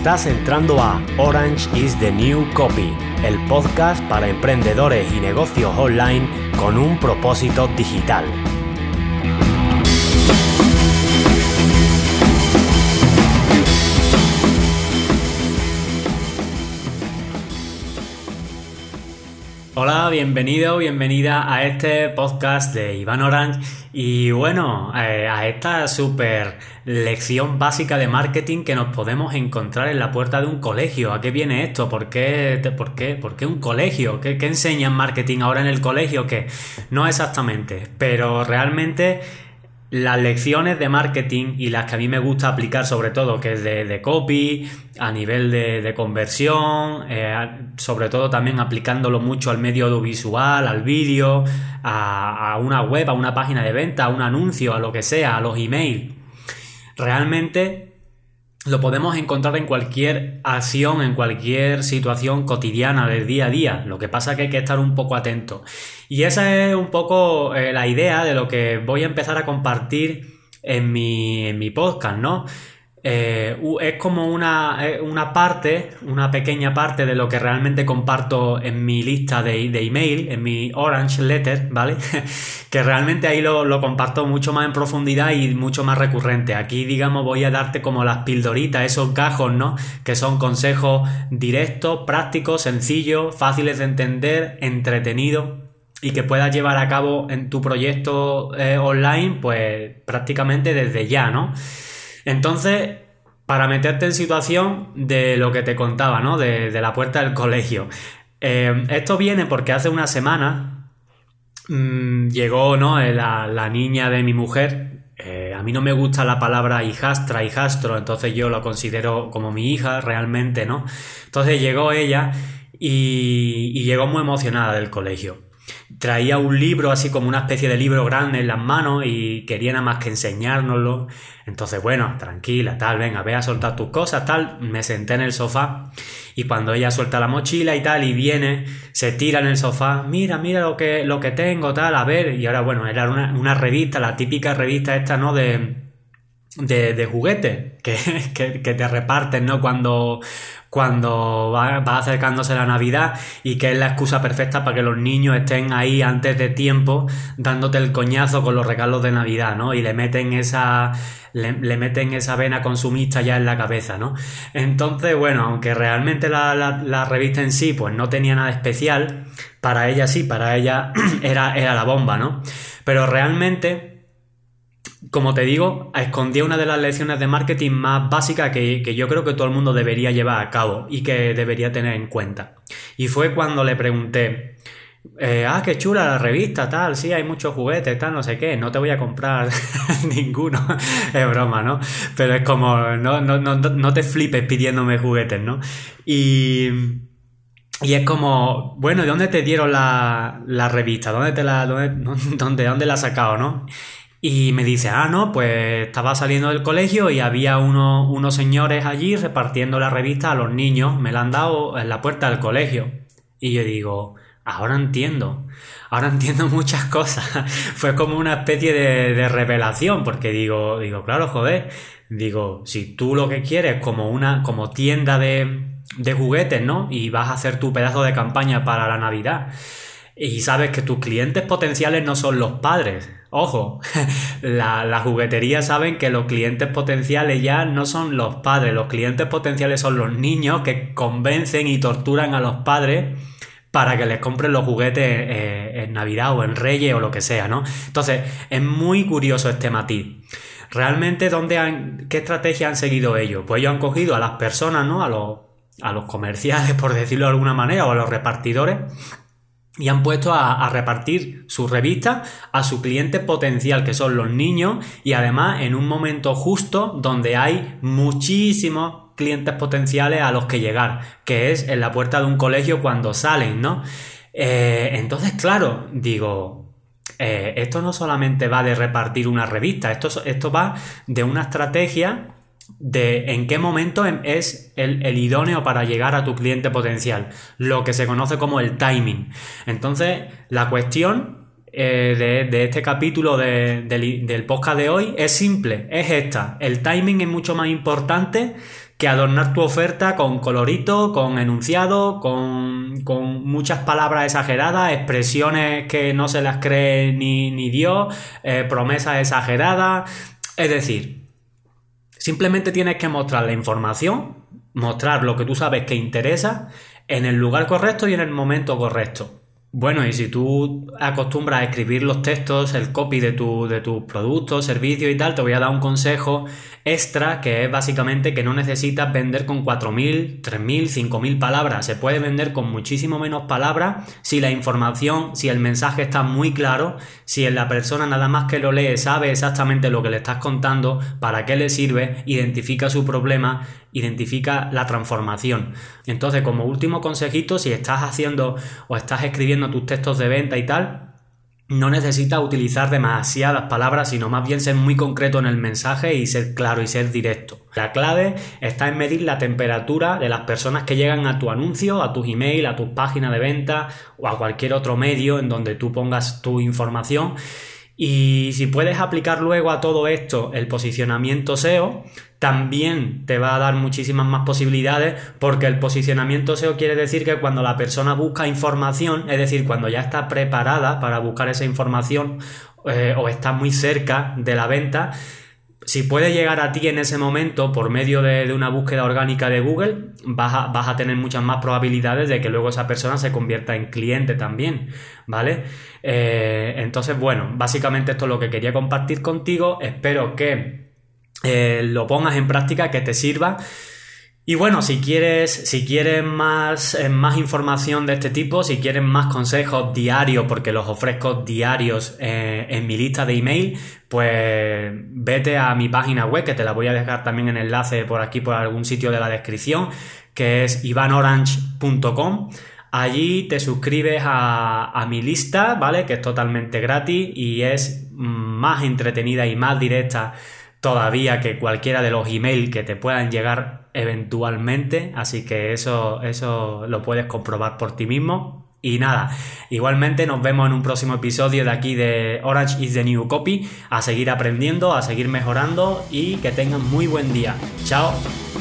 Estás entrando a Orange is the New Copy, el podcast para emprendedores y negocios online con un propósito digital. Hola, bienvenido, bienvenida a este podcast de Iván Orange y bueno, a esta súper lección básica de marketing que nos podemos encontrar en la puerta de un colegio. ¿A qué viene esto? ¿Por qué un colegio? ¿Qué enseñan marketing ahora en el colegio? Que no exactamente, pero realmente las lecciones de marketing y las que a mí me gusta aplicar sobre todo, que es de copy, a nivel de conversión, sobre todo también aplicándolo mucho al medio audiovisual, al vídeo, a una web, a una página de venta, a un anuncio, a lo que sea, a los emails. Realmente lo podemos encontrar en cualquier acción, en cualquier situación cotidiana del día a día. Lo que pasa es que hay que estar un poco atento. Y esa es un poco la idea de lo que voy a empezar a compartir en mi podcast, ¿no? Es como una pequeña parte de lo que realmente comparto en mi lista de email, en mi Orange Letter, ¿vale? Que realmente ahí lo comparto mucho más en profundidad y mucho más recurrente. Aquí, digamos, voy a darte como las pildoritas, esos gajos, ¿no? Que son consejos directos, prácticos, sencillos, fáciles de entender, entretenidos y que puedas llevar a cabo en tu proyecto online, pues prácticamente desde ya, ¿no? Entonces, para meterte en situación de lo que te contaba, ¿no? De la puerta del colegio. Esto viene porque hace una semana llegó, ¿no? La niña de mi mujer. A mí no me gusta la palabra hijastra, hijastro, entonces yo lo considero como mi hija realmente, ¿no? Entonces llegó ella y llegó muy emocionada del colegio. Traía un libro, así como una especie de libro grande en las manos y quería nada más que enseñárnoslo. Entonces, bueno, tranquila, tal, venga, ve a soltar tus cosas, tal. Me senté en el sofá y cuando ella suelta la mochila y tal y viene, se tira en el sofá, mira lo que tengo, tal, a ver. Y ahora, bueno, era una revista, la típica revista esta, ¿no? De juguetes que te reparten, ¿no? Cuando va acercándose la Navidad y que es la excusa perfecta para que los niños estén ahí antes de tiempo dándote el coñazo con los regalos de Navidad, ¿no? Y le meten esa vena consumista ya en la cabeza, ¿no? Entonces, bueno, aunque realmente la revista en sí pues no tenía nada especial, para ella sí, para ella era la bomba, ¿no? Pero realmente, como te digo, escondía una de las lecciones de marketing más básicas que yo creo que todo el mundo debería llevar a cabo y que debería tener en cuenta. Y fue cuando le pregunté, qué chula la revista, tal, sí, hay muchos juguetes, tal, no sé qué, no te voy a comprar ninguno, es broma, ¿no? Pero es como, no te flipes pidiéndome juguetes, ¿no? Y es como, bueno, ¿de dónde te dieron la revista? ¿Dónde la has sacado, no? Y me dice, no, pues estaba saliendo del colegio y había unos señores allí repartiendo la revista a los niños, me la han dado en la puerta del colegio. Y yo digo, ahora entiendo muchas cosas. Fue como una especie de revelación, porque digo, claro, joder, digo, si tú lo que quieres como tienda de juguetes, ¿no? Y vas a hacer tu pedazo de campaña para la Navidad y sabes que tus clientes potenciales no son los padres. Ojo, la juguetería saben que los clientes potenciales ya no son los padres, los clientes potenciales son los niños que convencen y torturan a los padres para que les compren los juguetes en Navidad o en Reyes o lo que sea, ¿no? Entonces, es muy curioso este matiz. Realmente, ¿qué estrategia han seguido ellos? Pues ellos han cogido a las personas, ¿no? A los comerciales, por decirlo de alguna manera, o a los repartidores, y han puesto a repartir su revista a su cliente potencial, que son los niños, y además en un momento justo donde hay muchísimos clientes potenciales a los que llegar, que es en la puerta de un colegio cuando salen, ¿no? Entonces, claro, digo, esto no solamente va de repartir una revista, esto va de una estrategia de en qué momento es el idóneo para llegar a tu cliente potencial, lo que se conoce como el timing. Entonces, la cuestión de este capítulo del podcast de hoy es simple, es esta: el timing es mucho más importante que adornar tu oferta con colorito, con enunciado, con muchas palabras exageradas, expresiones que no se las cree ni Dios, promesas exageradas. Es decir, simplemente tienes que mostrar la información, mostrar lo que tú sabes que interesa en el lugar correcto y en el momento correcto. Bueno, y si tú acostumbras a escribir los textos, el copy de tus productos, servicios y tal, te voy a dar un consejo extra, que es básicamente que no necesitas vender con 4.000, 3.000, 5.000 palabras. Se puede vender con muchísimo menos palabras si la información, si el mensaje está muy claro, si la persona nada más que lo lee sabe exactamente lo que le estás contando, para qué le sirve, identifica su problema, identifica la transformación. Entonces, como último consejito, si estás haciendo o estás escribiendo tus textos de venta y tal, no necesitas utilizar demasiadas palabras, sino más bien ser muy concreto en el mensaje y ser claro y ser directo. La clave está en medir la temperatura de las personas que llegan a tu anuncio, a tus emails, a tus páginas de venta o a cualquier otro medio en donde tú pongas tu información. Y si puedes aplicar luego a todo esto el posicionamiento SEO, también te va a dar muchísimas más posibilidades, porque el posicionamiento SEO quiere decir que cuando la persona busca información, es decir, cuando ya está preparada para buscar esa información o está muy cerca de la venta, si puede llegar a ti en ese momento por medio de una búsqueda orgánica de Google, vas a tener muchas más probabilidades de que luego esa persona se convierta en cliente también, ¿vale? Entonces, bueno, básicamente esto es lo que quería compartir contigo. Espero que lo pongas en práctica, que te sirva. Y bueno, si quieres más información de este tipo, si quieres más consejos diarios, porque los ofrezco diarios en mi lista de email, pues vete a mi página web, que te la voy a dejar también en enlace por aquí, por algún sitio de la descripción, que es ivanorange.com. Allí te suscribes a mi lista, ¿vale? Que es totalmente gratis y es más entretenida y más directa todavía que cualquiera de los emails que te puedan llegar eventualmente, así que eso lo puedes comprobar por ti mismo. Y nada, igualmente nos vemos en un próximo episodio de aquí de Orange is the New Copy, a seguir aprendiendo, a seguir mejorando y que tengan muy buen día. Chao.